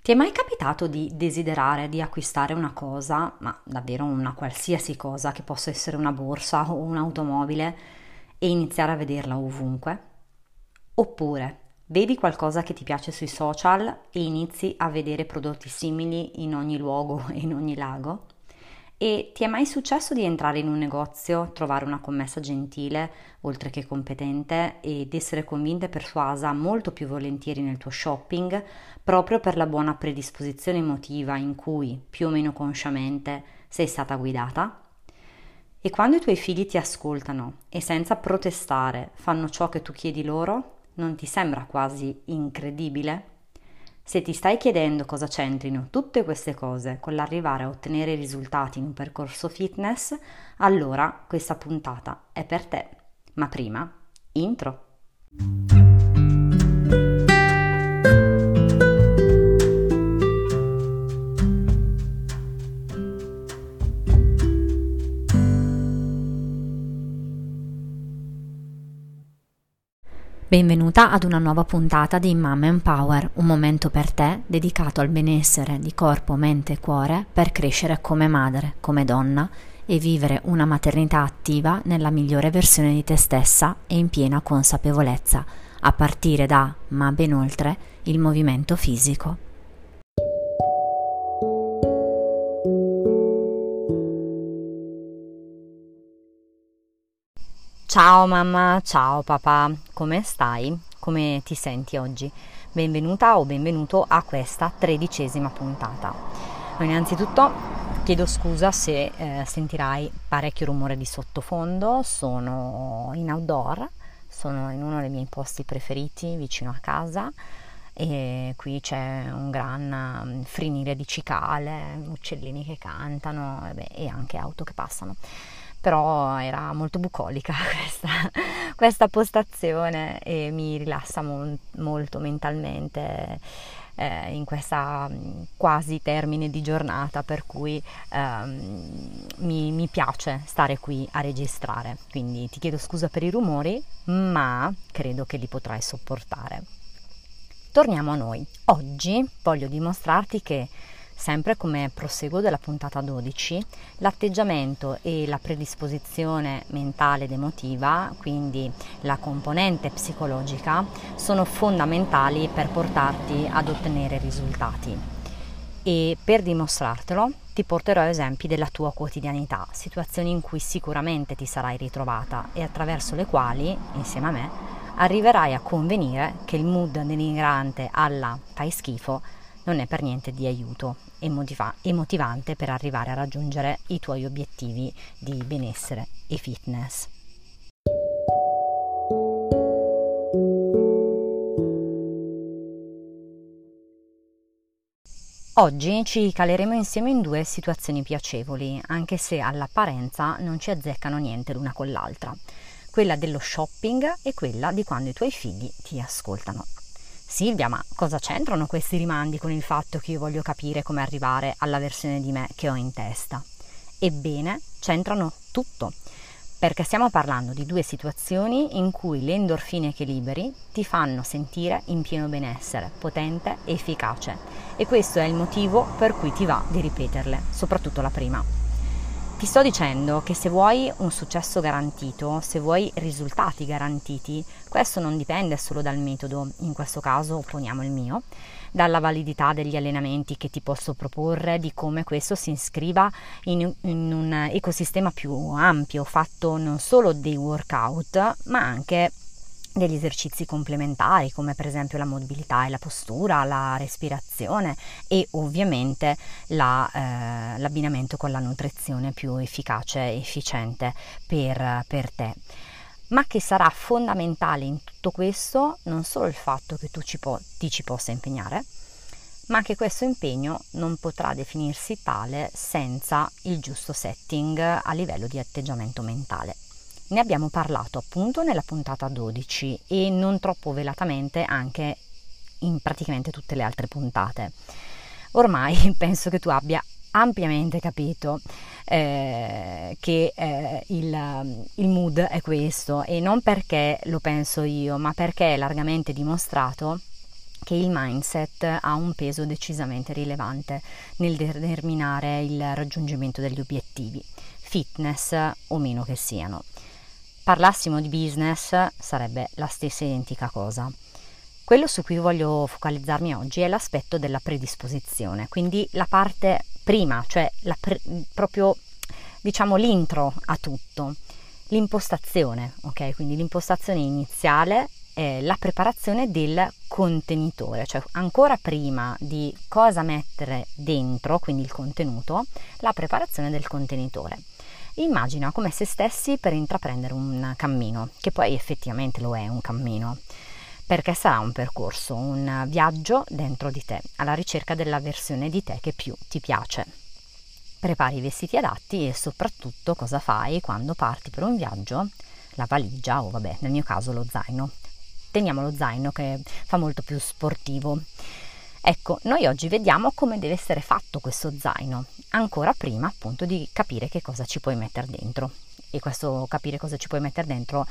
Ti è mai capitato di desiderare di acquistare una cosa, ma davvero una qualsiasi cosa, che possa essere una borsa o un'automobile, e iniziare a vederla ovunque? Oppure vedi qualcosa che ti piace sui social e inizi a vedere prodotti simili in ogni luogo e in ogni lago? E ti è mai successo di entrare in un negozio, trovare una commessa gentile, oltre che competente, ed essere convinta e persuasa molto più volentieri nel tuo shopping, proprio per la buona predisposizione emotiva in cui, più o meno consciamente, sei stata guidata? E quando i tuoi figli ti ascoltano e senza protestare fanno ciò che tu chiedi loro, non ti sembra quasi incredibile? Se ti stai chiedendo cosa c'entrino tutte queste cose con l'arrivare a ottenere risultati in un percorso fitness, allora questa puntata è per te. Ma prima, intro. Benvenuta ad una nuova puntata di Mama Empower, un momento per te dedicato al benessere di corpo, mente e cuore per crescere come madre, come donna e vivere una maternità attiva nella migliore versione di te stessa e in piena consapevolezza, a partire da, ma ben oltre, il movimento fisico. Ciao mamma, ciao papà, come stai? Come ti senti oggi? Benvenuta o benvenuto a questa 13ª puntata. Innanzitutto chiedo scusa se sentirai parecchio rumore di sottofondo, sono in outdoor, sono in uno dei miei posti preferiti vicino a casa e qui c'è un gran frinire di cicale, uccellini che cantano e anche auto che passano. Però era molto bucolica questa postazione e mi rilassa molto mentalmente in questa quasi termine di giornata, per cui mi piace stare qui a registrare. Quindi ti chiedo scusa per i rumori, ma credo che li potrai sopportare. Torniamo a noi. Oggi voglio dimostrarti che, sempre come proseguo della puntata 12, l'atteggiamento e la predisposizione mentale ed emotiva, quindi la componente psicologica, sono fondamentali per portarti ad ottenere risultati. E per dimostrartelo ti porterò esempi della tua quotidianità, situazioni in cui sicuramente ti sarai ritrovata e attraverso le quali, insieme a me, arriverai a convenire che il mood denigrante alla fai schifo non è per niente di aiuto e motivante per arrivare a raggiungere i tuoi obiettivi di benessere e fitness. Oggi ci caleremo insieme in due situazioni piacevoli, anche se all'apparenza non ci azzeccano niente l'una con l'altra, quella dello shopping e quella di quando i tuoi figli ti ascoltano. Silvia, ma cosa c'entrano questi rimandi con il fatto che io voglio capire come arrivare alla versione di me che ho in testa? Ebbene, c'entrano tutto, perché stiamo parlando di due situazioni in cui le endorfine che liberi ti fanno sentire in pieno benessere, potente e efficace, e questo è il motivo per cui ti va di ripeterle, soprattutto la prima. Ti sto dicendo che se vuoi un successo garantito, se vuoi risultati garantiti, questo non dipende solo dal metodo, in questo caso poniamo il mio, dalla validità degli allenamenti che ti posso proporre, di come questo si iscriva in un ecosistema più ampio, fatto non solo dei workout, ma anche degli esercizi complementari, come per esempio la mobilità e la postura, la respirazione e ovviamente l'abbinamento con la nutrizione più efficace e efficiente per te. Ma che sarà fondamentale in tutto questo non solo il fatto che tu ti ci possa impegnare, ma che questo impegno non potrà definirsi tale senza il giusto setting a livello di atteggiamento mentale. Ne abbiamo parlato appunto nella puntata 12 e non troppo velatamente anche in praticamente tutte le altre puntate. Ormai penso che tu abbia ampiamente capito che il mood è questo, e non perché lo penso io, ma perché è largamente dimostrato che il mindset ha un peso decisamente rilevante nel determinare il raggiungimento degli obiettivi, fitness o meno che siano. Parlassimo di business, sarebbe la stessa identica cosa. Quello su cui voglio focalizzarmi oggi è l'aspetto della predisposizione, quindi la parte prima, cioè proprio diciamo l'intro a tutto, l'impostazione, ok? Quindi l'impostazione iniziale è la preparazione del contenitore, cioè ancora prima di cosa mettere dentro, quindi il contenuto, la preparazione del contenitore. Immagina come se stessi per intraprendere un cammino, che poi effettivamente lo è un cammino, perché sarà un percorso, un viaggio dentro di te, alla ricerca della versione di te che più ti piace. Prepari i vestiti adatti e soprattutto cosa fai quando parti per un viaggio? La valigia o vabbè, nel mio caso lo zaino. Teniamo lo zaino che fa molto più sportivo. Ecco, noi oggi vediamo come deve essere fatto questo zaino, ancora prima appunto di capire che cosa ci puoi mettere dentro. E questo capire cosa ci puoi mettere dentro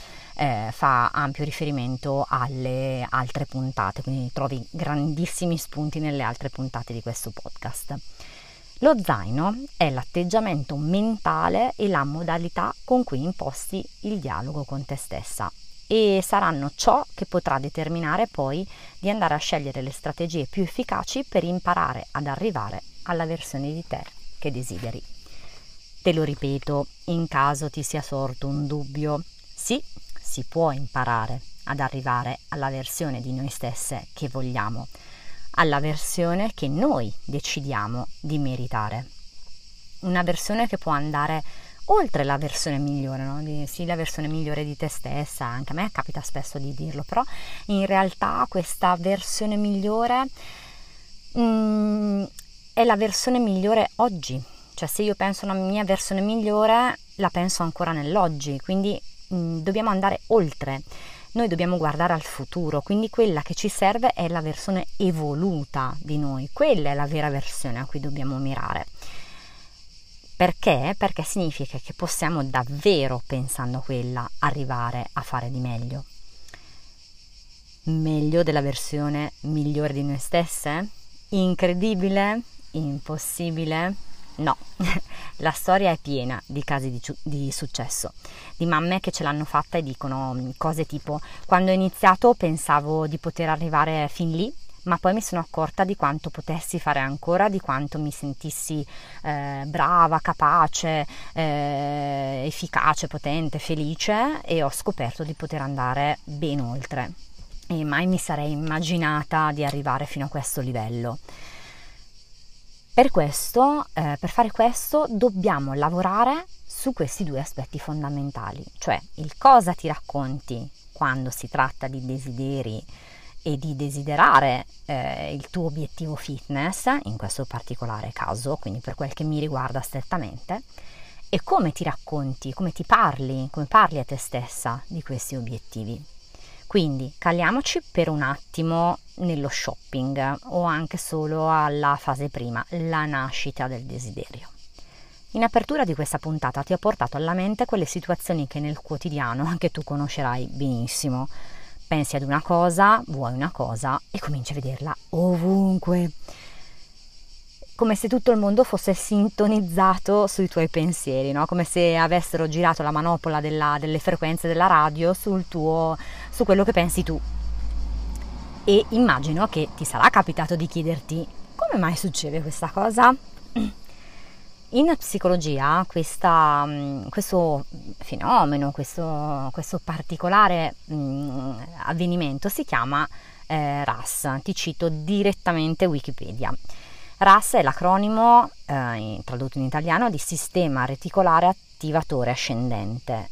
fa ampio riferimento alle altre puntate, quindi trovi grandissimi spunti nelle altre puntate di questo podcast. Lo zaino è l'atteggiamento mentale e la modalità con cui imposti il dialogo con te stessa e saranno ciò che potrà determinare poi di andare a scegliere le strategie più efficaci per imparare ad arrivare alla versione di te che desideri. Te lo ripeto, in caso ti sia sorto un dubbio, sì, si può imparare ad arrivare alla versione di noi stesse che vogliamo, alla versione che noi decidiamo di meritare. Una versione che può andare oltre la versione migliore, no? Sì, la versione migliore di te stessa, anche a me capita spesso di dirlo, però in realtà questa versione migliore è la versione migliore oggi. Cioè se io penso a una mia versione migliore, la penso ancora nell'oggi, quindi dobbiamo andare oltre, noi dobbiamo guardare al futuro, quindi quella che ci serve è la versione evoluta di noi, quella è la vera versione a cui dobbiamo mirare. Perché? Perché significa che possiamo davvero, pensando a quella, arrivare a fare di meglio. Meglio della versione migliore di noi stesse? Incredibile? Impossibile? No, la storia è piena di casi di successo, di mamme che ce l'hanno fatta e dicono cose tipo: quando ho iniziato pensavo di poter arrivare fin lì, ma poi mi sono accorta di quanto potessi fare ancora, di quanto mi sentissi brava, capace, efficace, potente, felice, e ho scoperto di poter andare ben oltre e mai mi sarei immaginata di arrivare fino a questo livello. Per questo, per fare questo, dobbiamo lavorare su questi due aspetti fondamentali, cioè il cosa ti racconti quando si tratta di desideri e di desiderare il tuo obiettivo fitness, in questo particolare caso, quindi per quel che mi riguarda strettamente, e come ti racconti, come parli a te stessa di questi obiettivi. Quindi caliamoci per un attimo nello shopping o anche solo alla fase prima, la nascita del desiderio. In apertura di questa puntata ti ho portato alla mente quelle situazioni che nel quotidiano anche tu conoscerai benissimo. Pensi ad una cosa, vuoi una cosa e cominci a vederla ovunque, come se tutto il mondo fosse sintonizzato sui tuoi pensieri, no? Come se avessero girato la manopola delle frequenze della radio su quello che pensi tu. E immagino che ti sarà capitato di chiederti: come mai succede questa cosa? In psicologia questo fenomeno, questo particolare avvenimento si chiama RAS. Ti cito direttamente Wikipedia. RAS è l'acronimo, tradotto in italiano, di Sistema Reticolare Attivatore Ascendente,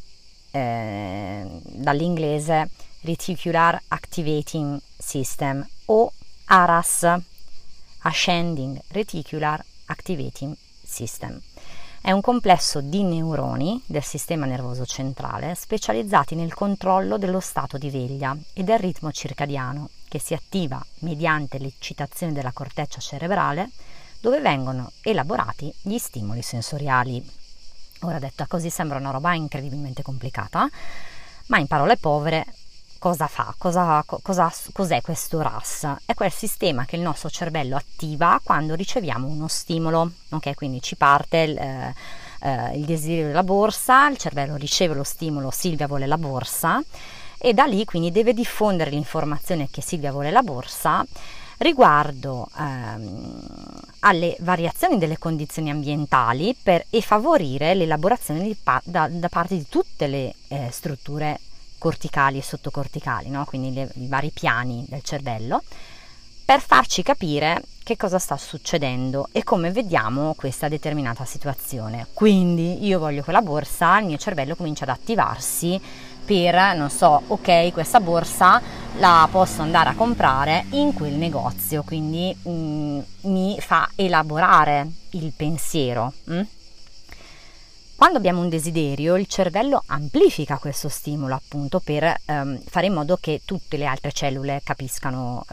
dall'inglese Reticular Activating System, o ARAS, Ascending Reticular Activating System. È un complesso di neuroni del sistema nervoso centrale specializzati nel controllo dello stato di veglia e del ritmo circadiano, che si attiva mediante l'eccitazione della corteccia cerebrale, dove vengono elaborati gli stimoli sensoriali. Ora, detta così sembra una roba incredibilmente complicata, ma in parole povere cosa fa? Cos'è questo RAS? È quel sistema che il nostro cervello attiva quando riceviamo uno stimolo, ok? Quindi ci parte il desiderio della borsa, il cervello riceve lo stimolo, Silvia vuole la borsa, e da lì quindi deve diffondere l'informazione che Silvia vuole la borsa riguardo alle variazioni delle condizioni ambientali e favorire l'elaborazione da parte di tutte le strutture corticali e sottocorticali, no? Quindi i vari piani del cervello, per farci capire che cosa sta succedendo e come vediamo questa determinata situazione. Quindi io voglio quella borsa, il mio cervello comincia ad attivarsi per, non so, ok, questa borsa la posso andare a comprare in quel negozio, quindi mi fa elaborare il pensiero. Quando abbiamo un desiderio, il cervello amplifica questo stimolo appunto per fare in modo che tutte le altre cellule capiscano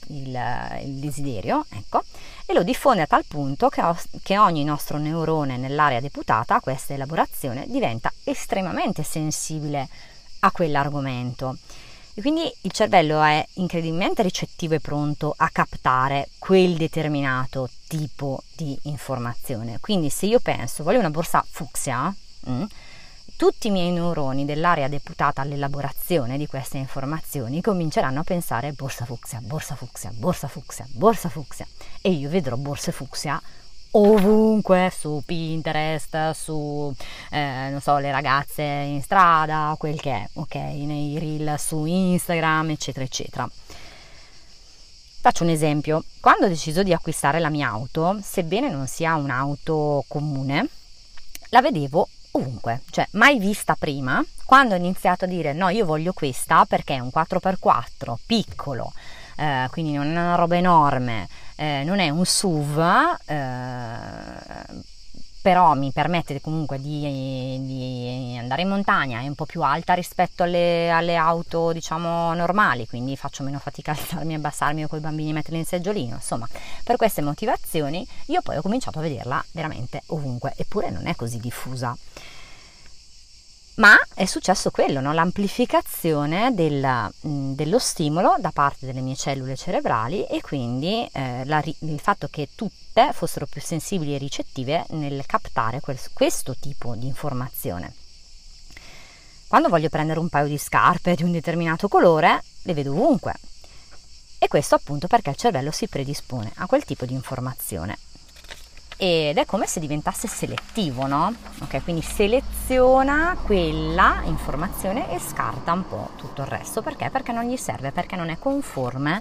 il desiderio, ecco, e lo diffonde a tal punto che ogni nostro neurone nell'area deputata a questa elaborazione diventa estremamente sensibile a quell'argomento. E quindi il cervello è incredibilmente ricettivo e pronto a captare quel determinato tipo di informazione. Quindi se io penso voglio una borsa fucsia, tutti i miei neuroni dell'area deputata all'elaborazione di queste informazioni cominceranno a pensare borsa fucsia, borsa fucsia, borsa fucsia, borsa fucsia, e io vedrò borse fucsia ovunque, su Pinterest, su non so, le ragazze in strada, quel che è, ok, nei reel su Instagram, eccetera eccetera. Faccio un esempio: quando ho deciso di acquistare la mia auto, sebbene non sia un'auto comune, la vedevo ovunque, cioè mai vista prima. Quando ho iniziato a dire no, io voglio questa perché è un 4x4 piccolo, quindi non è una roba enorme, non è un SUV, però mi permette comunque di andare in montagna, è un po' più alta rispetto alle auto diciamo normali, quindi faccio meno fatica a alzarmi e abbassarmi o con i bambini metterli in seggiolino. Insomma, per queste motivazioni io poi ho cominciato a vederla veramente ovunque, eppure non è così diffusa. Ma è successo quello, no? L'amplificazione dello stimolo da parte delle mie cellule cerebrali, e quindi il fatto che tutte fossero più sensibili e ricettive nel captare questo tipo di informazione. Quando voglio prendere un paio di scarpe di un determinato colore, le vedo ovunque, e questo appunto perché il cervello si predispone a quel tipo di informazione. Ed è come se diventasse selettivo, no? Ok, quindi seleziona quella informazione e scarta un po' tutto il resto. Perché? Perché non gli serve, perché non è conforme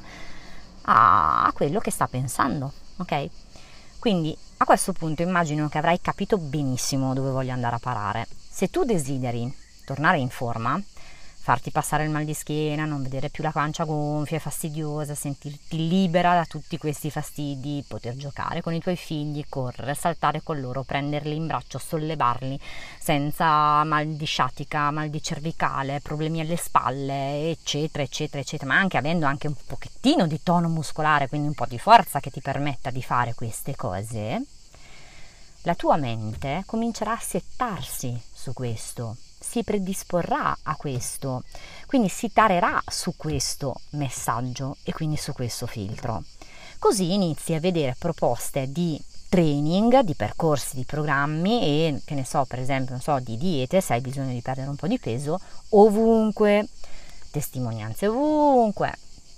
a quello che sta pensando, ok? Quindi a questo punto immagino che avrai capito benissimo dove voglio andare a parare. Se tu desideri tornare in forma, farti passare il mal di schiena, non vedere più la pancia gonfia e fastidiosa, sentirti libera da tutti questi fastidi, poter giocare con i tuoi figli, correre, saltare con loro, prenderli in braccio, sollevarli senza mal di sciatica, mal di cervicale, problemi alle spalle, eccetera, eccetera, eccetera, ma anche avendo anche un pochettino di tono muscolare, quindi un po' di forza che ti permetta di fare queste cose, la tua mente comincerà a settarsi su questo, si predisporrà a questo, quindi si tarerà su questo messaggio e quindi su questo filtro. Così inizi a vedere proposte di training, di percorsi, di programmi e, che ne so, per esempio, non so, di diete, se hai bisogno di perdere un po' di peso, ovunque, testimonianze ovunque,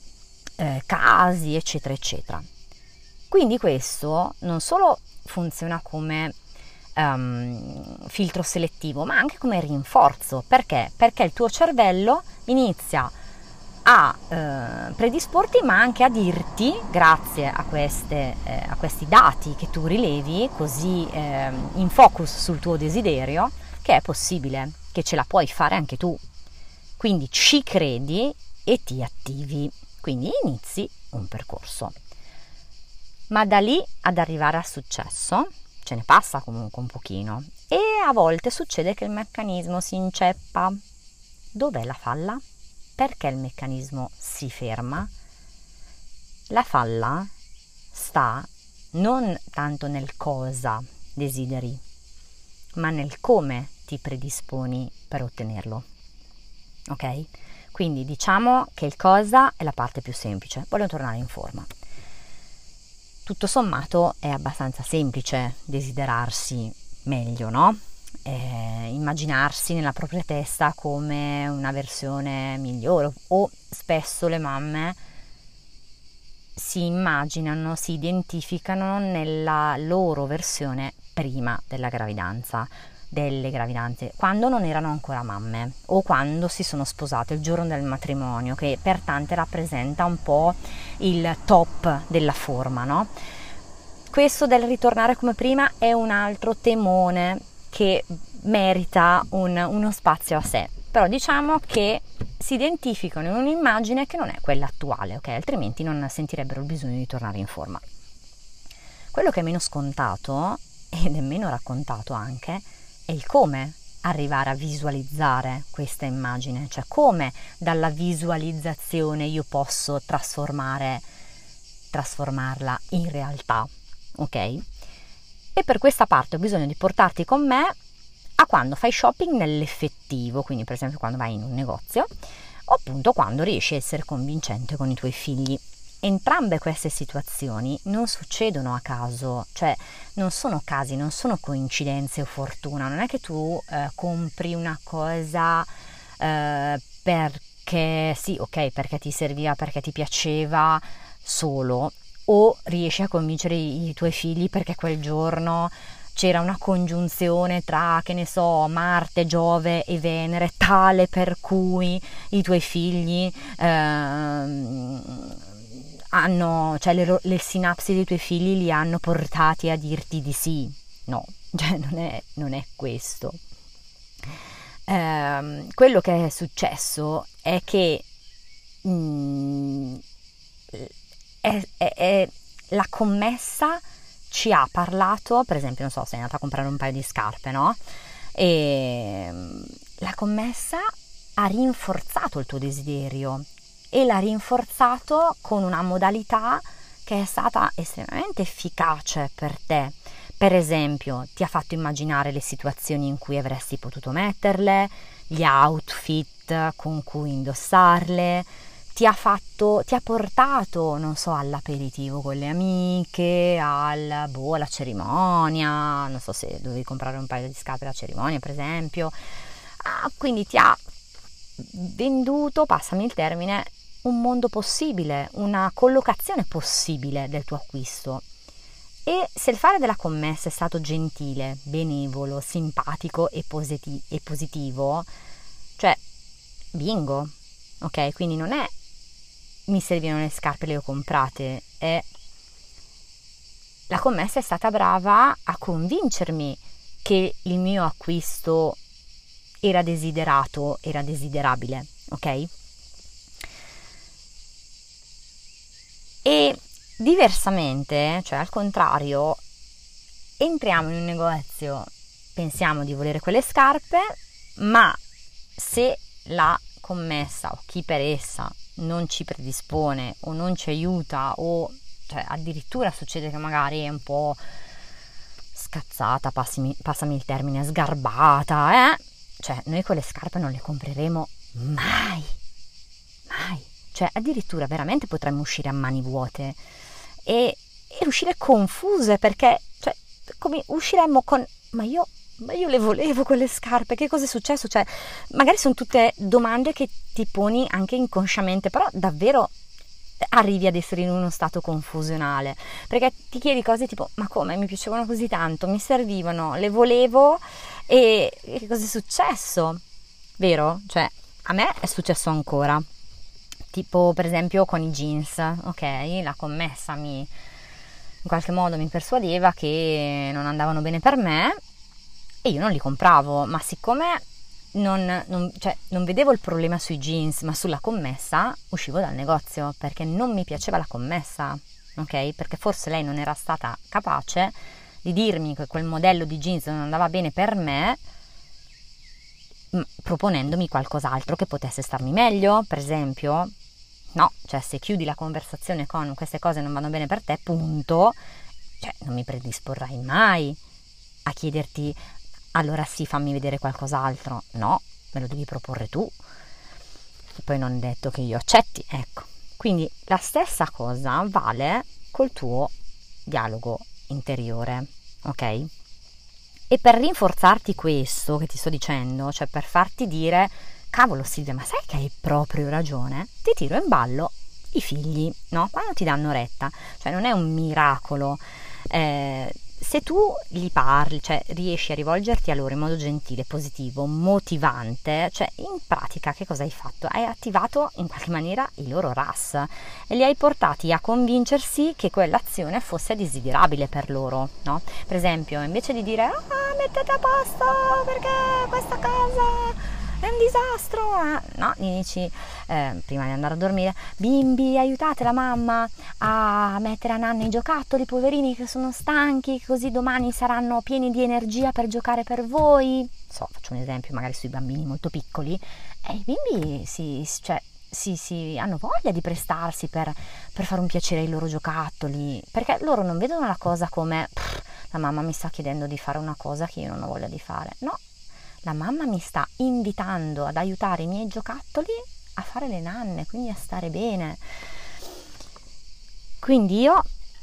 casi, eccetera, eccetera. Quindi questo non solo funziona come filtro selettivo, ma anche come rinforzo. Perché? Perché il tuo cervello inizia a predisporti, ma anche a dirti, grazie a questi dati che tu rilevi così in focus sul tuo desiderio, che è possibile, che ce la puoi fare anche tu. Quindi ci credi e ti attivi, quindi inizi un percorso. Ma da lì ad arrivare al successo ce ne passa comunque un pochino, e a volte succede che il meccanismo si inceppa. Dov'è la falla? Perché il meccanismo si ferma? La falla sta non tanto nel cosa desideri, ma nel come ti predisponi per ottenerlo. Ok? Quindi diciamo che il cosa è la parte più semplice, voglio tornare in forma. Tutto sommato è abbastanza semplice desiderarsi meglio, no? Immaginarsi nella propria testa come una versione migliore, o spesso le mamme si immaginano, si identificano nella loro versione prima delle gravidanze, quando non erano ancora mamme o quando si sono sposate, il giorno del matrimonio, che per tante rappresenta un po' il top della forma, no? Questo del ritornare come prima è un altro temone che merita uno spazio a sé, però diciamo che si identificano in un'immagine che non è quella attuale, ok? Altrimenti non sentirebbero il bisogno di tornare in forma. Quello che è meno scontato e nemmeno raccontato anche è il come arrivare a visualizzare questa immagine, cioè come dalla visualizzazione io posso trasformarla in realtà, ok? E per questa parte ho bisogno di portarti con me a quando fai shopping nell'effettivo, quindi per esempio quando vai in un negozio, o appunto quando riesci a essere convincente con i tuoi figli. Entrambe queste situazioni non succedono a caso, cioè non sono casi, non sono coincidenze o fortuna, non è che tu compri una cosa perché sì, ok, perché ti serviva, perché ti piaceva solo, o riesci a convincere i tuoi figli perché quel giorno c'era una congiunzione tra, che ne so, Marte, Giove e Venere, tale per cui i tuoi figli hanno, cioè le sinapsi dei tuoi figli li hanno portati a dirti di sì. No, cioè non è questo. Quello che è successo è che la commessa ci ha parlato, per esempio, non so, sei andata a comprare un paio di scarpe, no? E la commessa ha rinforzato il tuo desiderio e l'ha rinforzato con una modalità che è stata estremamente efficace per te. Per esempio, ti ha fatto immaginare le situazioni in cui avresti potuto metterle, gli outfit con cui indossarle, ti ha portato, non so, all'aperitivo con le amiche, alla cerimonia, non so se dovevi comprare un paio di scarpe alla cerimonia, per esempio. Quindi ti ha venduto, passami il termine, un mondo possibile, una collocazione possibile del tuo acquisto. E se il fare della commessa è stato gentile, benevolo, simpatico e positivo, cioè bingo, ok? Quindi non è mi servivano le scarpe, le ho comprate, e la commessa è stata brava a convincermi che il mio acquisto era desiderato, era desiderabile, ok? E diversamente, cioè al contrario, entriamo in un negozio, pensiamo di volere quelle scarpe, ma se la commessa o chi per essa non ci predispone o non ci aiuta, o cioè addirittura succede che magari è un po' scazzata, passami il termine, sgarbata, cioè noi quelle scarpe non le compreremo mai, cioè addirittura veramente potremmo uscire a mani vuote e uscire confuse, perché cioè come usciremmo con ma io le volevo quelle scarpe, che cosa è successo? Cioè, magari sono tutte domande che ti poni anche inconsciamente, però davvero arrivi ad essere in uno stato confusionale, perché ti chiedi cose tipo, ma come, mi piacevano così tanto, mi servivano, le volevo, e che cosa è successo? Vero? Cioè, a me è successo ancora, tipo per esempio con i jeans, ok? La commessa in qualche modo mi persuadeva che non andavano bene per me, e io non li compravo, ma siccome non vedevo il problema sui jeans ma sulla commessa, uscivo dal negozio perché non mi piaceva la commessa, ok? Perché forse lei non era stata capace di dirmi che quel modello di jeans non andava bene per me, proponendomi qualcos'altro che potesse starmi meglio, per esempio. No, cioè se chiudi la conversazione con queste cose non vanno bene per te, punto, cioè non mi predisporrai mai a chiederti allora sì, fammi vedere qualcos'altro. No, me lo devi proporre tu. poi non è detto che io accetti, ecco. Quindi la stessa cosa vale col tuo dialogo interiore, ok? E per rinforzarti questo che ti sto dicendo, cioè per farti dire, cavolo Silvia, ma sai che hai proprio ragione? Ti tiro in ballo i figli, no? Quando ti danno retta, cioè non è un miracolo. Se tu gli parli, cioè riesci a rivolgerti a loro in modo gentile, positivo, motivante, cioè in pratica che cosa hai fatto? Hai attivato in qualche maniera i loro RAS e li hai portati a convincersi che quell'azione fosse desiderabile per loro, no? Per esempio, invece di dire mettete a posto perché questa casa è un disastro, no, gli dici prima di andare a dormire, bimbi, aiutate la mamma a mettere a nanna i giocattoli, poverini che sono stanchi, così domani saranno pieni di energia per giocare per voi. Faccio un esempio magari sui bambini molto piccoli, e i bimbi hanno voglia di prestarsi per fare un piacere ai loro giocattoli, perché loro non vedono la cosa come la mamma mi sta chiedendo di fare una cosa che io non ho voglia di fare, no. La mamma mi sta invitando ad aiutare i miei giocattoli a fare le nanne, quindi a stare bene. Quindi io,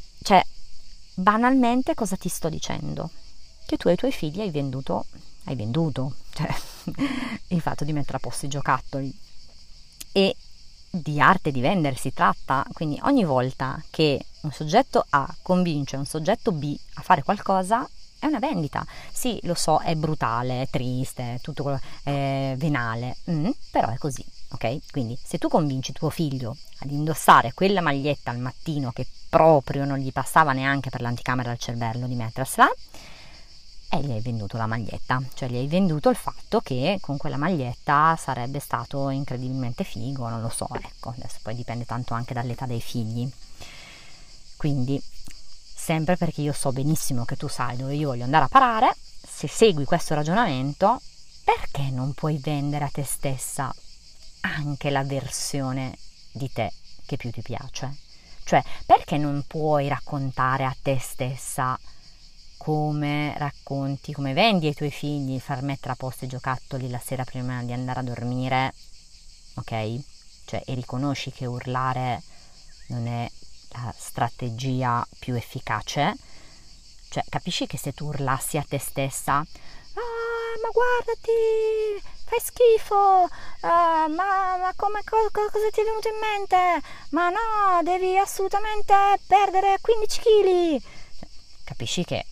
banalmente cosa ti sto dicendo? Che tu ai tuoi figli hai venduto, cioè il fatto di mettere a posto i giocattoli. E di arte di vendere si tratta, quindi ogni volta che un soggetto A convince un soggetto B a fare qualcosa, è una vendita. Sì, lo so, è brutale, è triste, tutto quello, è venale, però è così, ok? Quindi se tu convinci tuo figlio ad indossare quella maglietta al mattino che proprio non gli passava neanche per l'anticamera del cervello di mettersela, e gli hai venduto la maglietta, cioè gli hai venduto il fatto che con quella maglietta sarebbe stato incredibilmente figo, non lo so, ecco, adesso poi dipende tanto anche dall'età dei figli. Quindi sempre perché io so benissimo che tu sai dove io voglio andare a parare, se segui questo ragionamento, perché non puoi vendere a te stessa anche la versione di te che più ti piace? Cioè, perché non puoi raccontare a te stessa come racconti, come vendi ai tuoi figli far mettere a posto i giocattoli la sera prima di andare a dormire, ok? Cioè, e riconosci che urlare non è la strategia più efficace, cioè capisci che se tu urlassi a te stessa ma guardati, fai schifo, ma cosa ti è venuto in mente, ma no, devi assolutamente perdere 15 kg, capisci che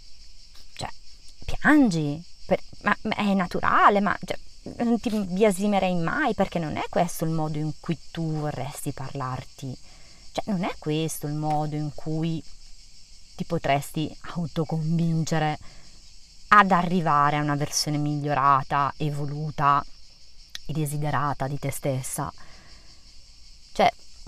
piangi, ma è naturale, ma non ti biasimerei mai, perché non è questo il modo in cui tu vorresti parlarti. Cioè, non è questo il modo in cui ti potresti autoconvincere ad arrivare a una versione migliorata, evoluta e desiderata di te stessa. Cioè,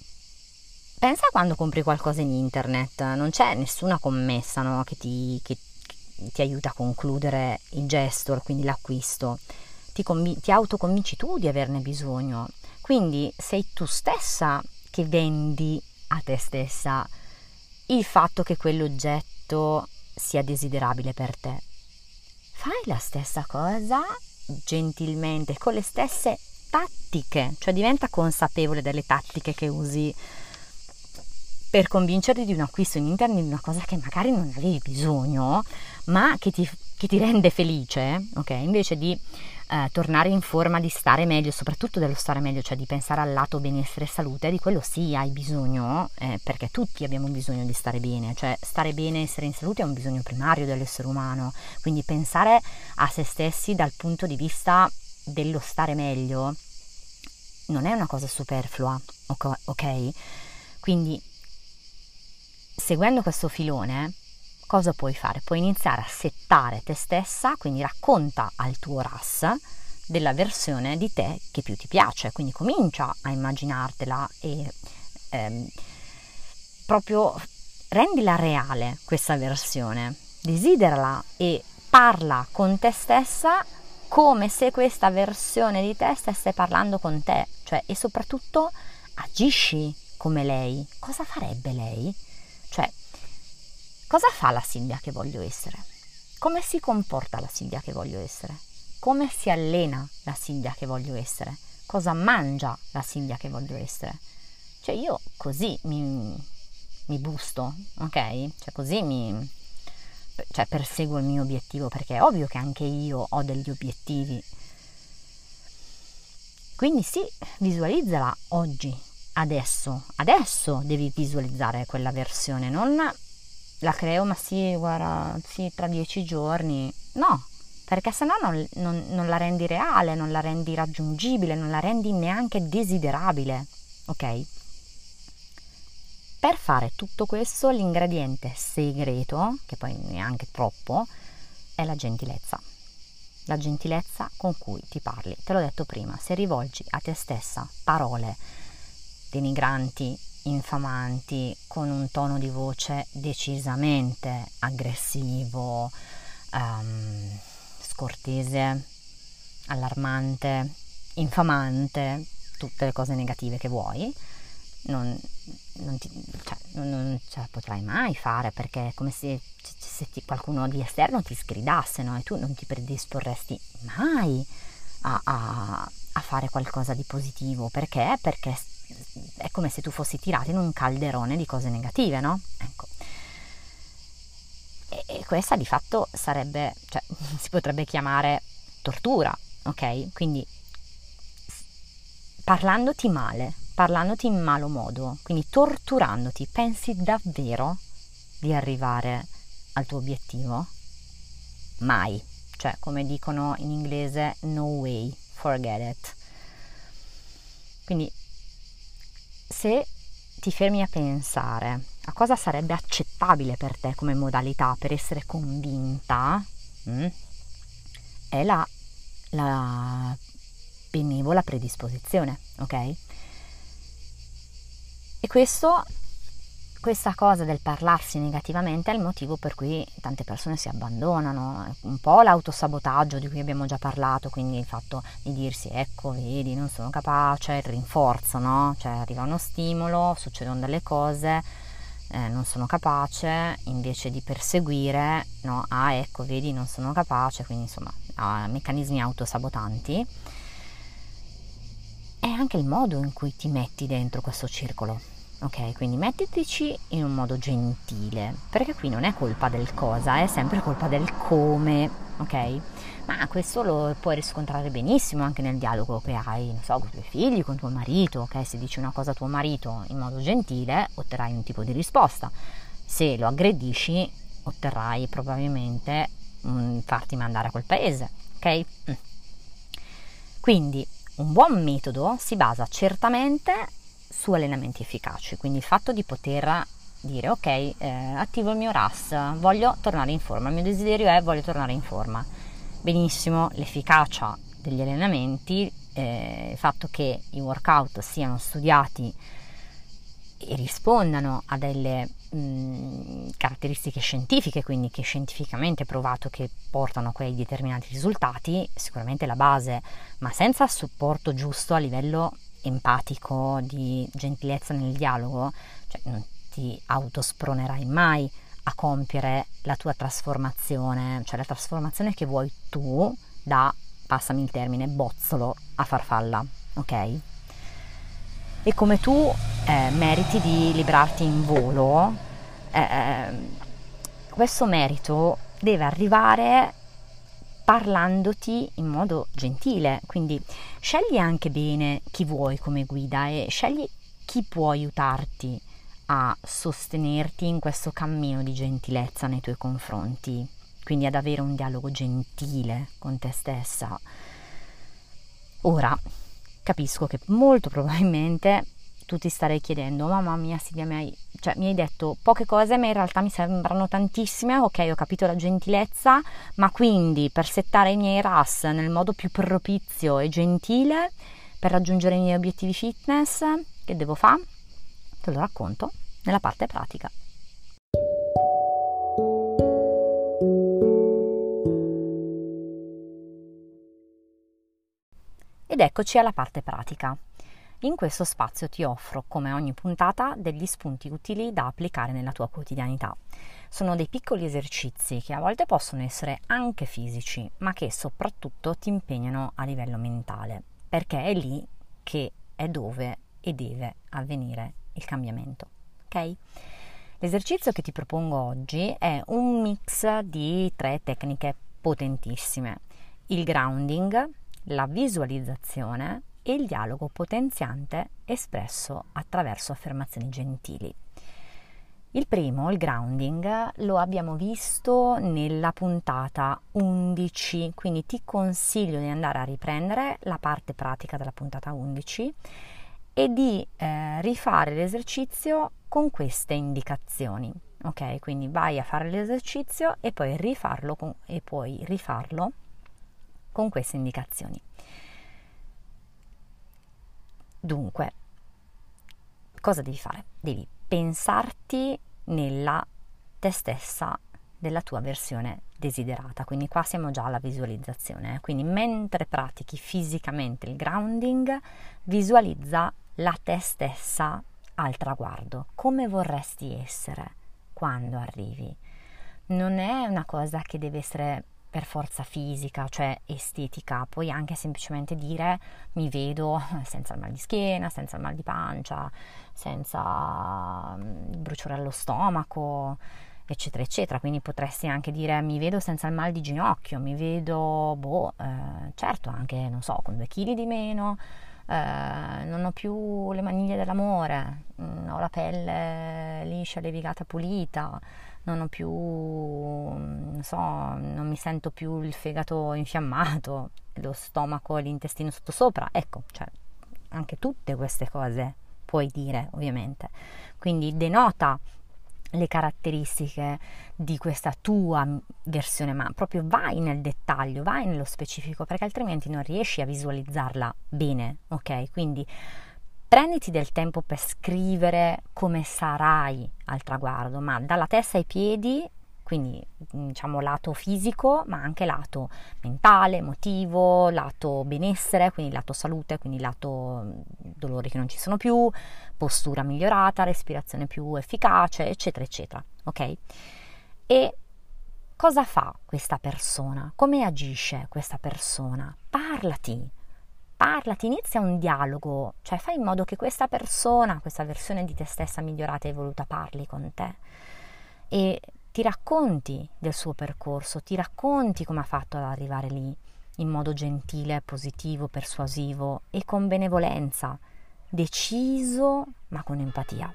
pensa quando compri qualcosa in internet, non c'è nessuna commessa, no, che ti aiuta a concludere il gesto, quindi l'acquisto. Ti autoconvinci tu di averne bisogno. Quindi sei tu stessa che vendi a te stessa il fatto che quell'oggetto sia desiderabile per te. Fai la stessa cosa gentilmente, con le stesse tattiche, cioè diventa consapevole delle tattiche che usi per convincerti di un acquisto in internet di una cosa che magari non avevi bisogno, ma che ti rende felice, ok? Invece di tornare in forma, di stare meglio, soprattutto dello stare meglio, cioè di pensare al lato benessere e salute, di quello sì hai bisogno, perché tutti abbiamo bisogno di stare bene, cioè stare bene e essere in salute è un bisogno primario dell'essere umano, quindi pensare a se stessi dal punto di vista dello stare meglio non è una cosa superflua, ok? Quindi seguendo questo filone, cosa puoi fare? Puoi iniziare a settare te stessa, quindi racconta al tuo RAS della versione di te che più ti piace, quindi comincia a immaginartela e proprio rendila reale questa versione, desiderala e parla con te stessa come se questa versione di te stesse parlando con te, cioè, e soprattutto agisci come lei. Cosa farebbe lei? Cioè, cosa fa la Silvia che voglio essere? Come si comporta la Silvia che voglio essere? Come si allena la Silvia che voglio essere? cosa mangia la Silvia che voglio essere. Cioè io così mi boosto, ok? Cioè così perseguo il mio obiettivo, perché è ovvio che anche io ho degli obiettivi. Quindi sì, visualizzala oggi, adesso devi visualizzare quella versione, non la creo, ma sì, guarda, sì, tra 10 giorni, no, perché sennò non la rendi reale, non la rendi raggiungibile, non la rendi neanche desiderabile, ok? Per fare tutto questo l'ingrediente segreto, che poi neanche troppo, è la gentilezza. La gentilezza con cui ti parli. Te l'ho detto prima, se rivolgi a te stessa parole denigranti, infamanti, con un tono di voce decisamente aggressivo, scortese, allarmante, infamante, tutte le cose negative che vuoi, non ce la potrai mai fare, perché è come se qualcuno di esterno ti sgridasse, no? E tu non ti predisporresti mai a fare qualcosa di positivo. Perché? Perché è come se tu fossi tirato in un calderone di cose negative, no? Ecco. E questa di fatto sarebbe, cioè, si potrebbe chiamare tortura, ok? Quindi parlandoti male, parlandoti in malo modo, quindi torturandoti, pensi davvero di arrivare al tuo obiettivo? Mai. Cioè, come dicono in inglese, no way, forget it. Quindi, se ti fermi a pensare a cosa sarebbe accettabile per te come modalità per essere convinta, è la benevola predisposizione, ok? E questa cosa del parlarsi negativamente è il motivo per cui tante persone si abbandonano, un po' l'autosabotaggio di cui abbiamo già parlato, quindi il fatto di dirsi ecco vedi non sono capace, il rinforzo, no? Cioè arriva uno stimolo, succedono delle cose, non sono capace, invece di perseguire, no? Ecco vedi non sono capace, quindi insomma meccanismi autosabotanti. È anche il modo in cui ti metti dentro questo circolo. Ok, quindi mettitici in un modo gentile, perché qui non è colpa del cosa, è sempre colpa del come, ok? Ma questo lo puoi riscontrare benissimo anche nel dialogo che hai, non so, con i tuoi figli, con tuo marito, ok? Se dici una cosa a tuo marito in modo gentile, otterrai un tipo di risposta. Se lo aggredisci, otterrai probabilmente farti mandare a quel paese, ok? Quindi un buon metodo si basa certamente su allenamenti efficaci, quindi il fatto di poter dire ok, attivo il mio RAS, voglio tornare in forma, il mio desiderio è voglio tornare in forma. Benissimo, l'efficacia degli allenamenti, il fatto che i workout siano studiati e rispondano a delle caratteristiche scientifiche, quindi che scientificamente è provato che portano a quei determinati risultati, sicuramente la base, ma senza supporto giusto a livello empatico, di gentilezza nel dialogo, cioè non ti autospronerai mai a compiere la tua trasformazione, cioè la trasformazione che vuoi tu da, passami il termine, bozzolo a farfalla, ok? E come tu meriti di librarti in volo, questo merito deve arrivare parlandoti in modo gentile, quindi scegli anche bene chi vuoi come guida e scegli chi può aiutarti a sostenerti in questo cammino di gentilezza nei tuoi confronti, quindi ad avere un dialogo gentile con te stessa. Ora, capisco che molto probabilmente tu ti starei chiedendo, mamma mia Silvia, mi hai detto poche cose ma in realtà mi sembrano tantissime, ok, ho capito la gentilezza, ma quindi per settare i miei RAS nel modo più propizio e gentile per raggiungere i miei obiettivi fitness, che devo fare? Te lo racconto nella parte pratica. Ed eccoci alla parte pratica. In questo spazio ti offro, come ogni puntata, degli spunti utili da applicare nella tua quotidianità. Sono dei piccoli esercizi che a volte possono essere anche fisici, ma che soprattutto ti impegnano a livello mentale, perché è lì che è dove e deve avvenire il cambiamento, ok? L'esercizio che ti propongo oggi è un mix di 3 tecniche potentissime: il grounding, la visualizzazione e il dialogo potenziante espresso attraverso affermazioni gentili. Il primo, il grounding, lo abbiamo visto nella puntata 11, quindi ti consiglio di andare a riprendere la parte pratica della puntata 11 e di rifare l'esercizio con queste indicazioni, ok? Quindi vai a fare l'esercizio e poi rifarlo con queste indicazioni. Dunque, cosa devi fare? Devi pensarti nella te stessa della tua versione desiderata, quindi qua siamo già alla visualizzazione, quindi mentre pratichi fisicamente il grounding, visualizza la te stessa al traguardo, come vorresti essere quando arrivi. Non è una cosa che deve essere per forza fisica, cioè estetica, puoi anche semplicemente dire mi vedo senza il mal di schiena, senza il mal di pancia, senza bruciore allo stomaco, eccetera eccetera. Quindi potresti anche dire mi vedo senza il mal di ginocchio, mi vedo certo anche, non so, con 2 chili di meno, non ho più le maniglie dell'amore, ho la pelle liscia, levigata, pulita, non ho più, non so, non mi sento più il fegato infiammato, lo stomaco e l'intestino sottosopra, ecco, cioè anche tutte queste cose puoi dire, ovviamente. Quindi denota le caratteristiche di questa tua versione, ma proprio vai nel dettaglio, vai nello specifico, perché altrimenti non riesci a visualizzarla bene, ok? Quindi prenditi del tempo per scrivere come sarai al traguardo, ma dalla testa ai piedi, quindi diciamo lato fisico, ma anche lato mentale, emotivo, lato benessere, quindi lato salute, quindi lato dolori che non ci sono più, postura migliorata, respirazione più efficace, eccetera, eccetera, ok? E cosa fa questa persona? Come agisce questa persona? Parlati, inizia un dialogo, cioè fai in modo che questa persona, questa versione di te stessa migliorata e evoluta parli con te e ti racconti del suo percorso, ti racconti come ha fatto ad arrivare lì in modo gentile, positivo, persuasivo e con benevolenza, deciso ma con empatia.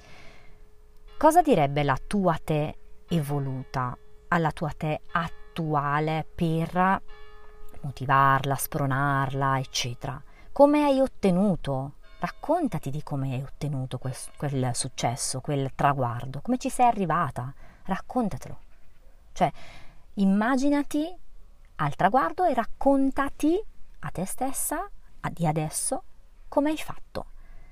Cosa direbbe la tua te evoluta alla tua te attuale per motivarla, spronarla, eccetera? Come hai ottenuto? Raccontati di come hai ottenuto quel successo, quel traguardo, come ci sei arrivata, raccontatelo. Cioè, immaginati al traguardo e raccontati a te stessa, di adesso, come hai fatto,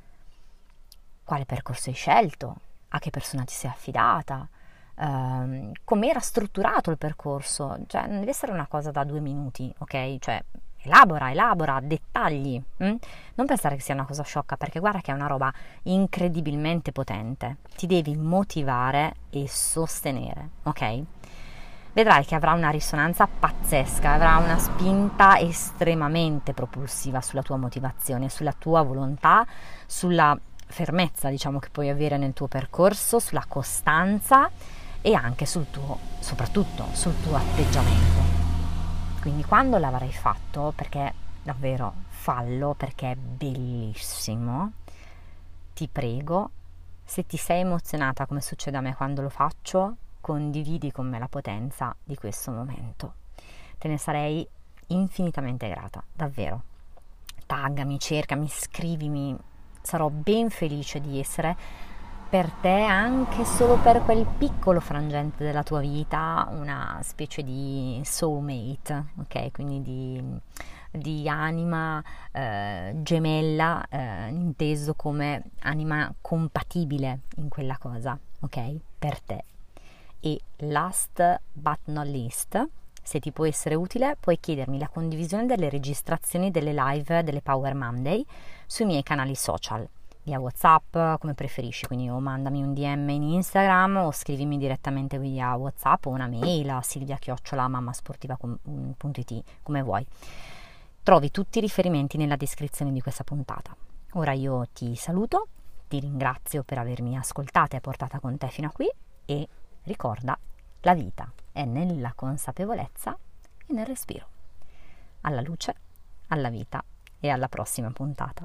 quale percorso hai scelto, a che persona ti sei affidata, come era strutturato il percorso. Cioè, non deve essere una cosa da 2 minuti, ok? Cioè, elabora dettagli, non pensare che sia una cosa sciocca, perché guarda che è una roba incredibilmente potente, ti devi motivare e sostenere, ok? Vedrai che avrà una risonanza pazzesca, avrà una spinta estremamente propulsiva sulla tua motivazione, sulla tua volontà, sulla fermezza, diciamo, che puoi avere nel tuo percorso, sulla costanza e anche soprattutto sul tuo atteggiamento. Quindi quando l'avrai fatto, perché davvero fallo, perché è bellissimo, ti prego, se ti sei emozionata come succede a me quando lo faccio, condividi con me la potenza di questo momento. Te ne sarei infinitamente grata, davvero. Taggami, cercami, scrivimi, sarò ben felice di essere per te, anche solo per quel piccolo frangente della tua vita, una specie di soulmate, ok? Quindi di anima gemella, inteso come anima compatibile in quella cosa, ok? Per te. E last but not least, se ti può essere utile, puoi chiedermi la condivisione delle registrazioni delle live delle Power Monday sui miei canali social, via WhatsApp, come preferisci, quindi o mandami un DM in Instagram o scrivimi direttamente via WhatsApp o una mail a silvia@mammasportiva.it, come vuoi. Trovi tutti i riferimenti nella descrizione di questa puntata. Ora io ti saluto, ti ringrazio per avermi ascoltata e portata con te fino a qui e ricorda, la vita è nella consapevolezza e nel respiro. Alla luce, alla vita e alla prossima puntata.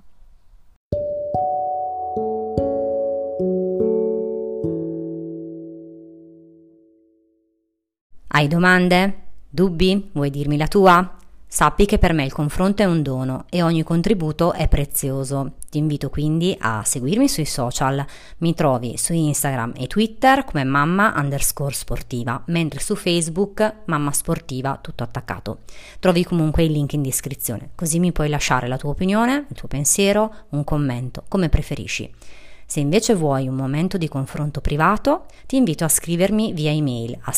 Hai domande? Dubbi? Vuoi dirmi la tua? Sappi che per me il confronto è un dono e ogni contributo è prezioso. Ti invito quindi a seguirmi sui social. Mi trovi su Instagram e Twitter come mamma_sportiva, mentre su Facebook mamma sportiva tutto attaccato. Trovi comunque il link in descrizione, così mi puoi lasciare la tua opinione, il tuo pensiero, un commento, come preferisci. Se invece vuoi un momento di confronto privato, ti invito a scrivermi via email a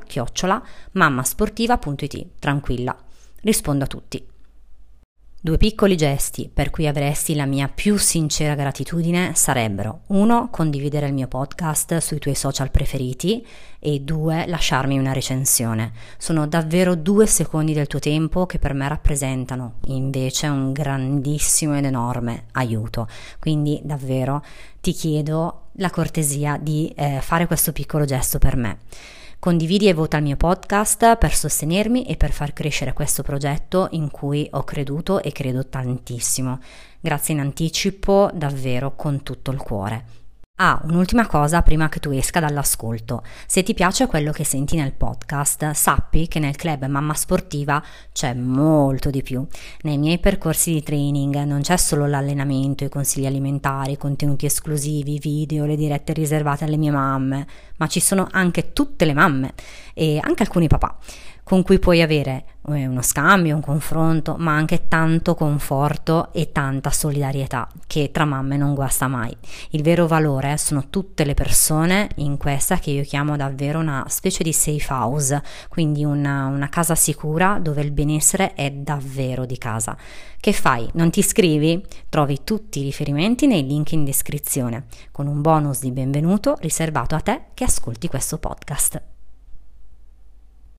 silvia@mammasportiva.it. Tranquilla, rispondo a tutti. 2 piccoli gesti per cui avresti la mia più sincera gratitudine sarebbero: 1. Condividere il mio podcast sui tuoi social preferiti e 2. Lasciarmi una recensione. Sono davvero 2 secondi del tuo tempo che per me rappresentano invece un grandissimo ed enorme aiuto. Quindi davvero ti chiedo la cortesia di fare questo piccolo gesto per me. Condividi e vota il mio podcast per sostenermi e per far crescere questo progetto in cui ho creduto e credo tantissimo. Grazie in anticipo, davvero con tutto il cuore. Un'ultima cosa prima che tu esca dall'ascolto. Se ti piace quello che senti nel podcast, sappi che nel club Mamma Sportiva c'è molto di più. Nei miei percorsi di training non c'è solo l'allenamento, i consigli alimentari, i contenuti esclusivi, video, le dirette riservate alle mie mamme, ma ci sono anche tutte le mamme e anche alcuni papà con cui puoi avere uno scambio, un confronto, ma anche tanto conforto e tanta solidarietà che tra mamme non guasta mai. Il vero valore sono tutte le persone in questa che io chiamo davvero una specie di safe house, quindi una casa sicura dove il benessere è davvero di casa. Che fai? Non ti iscrivi? Trovi tutti i riferimenti nei link in descrizione, con un bonus di benvenuto riservato a te che ascolti questo podcast.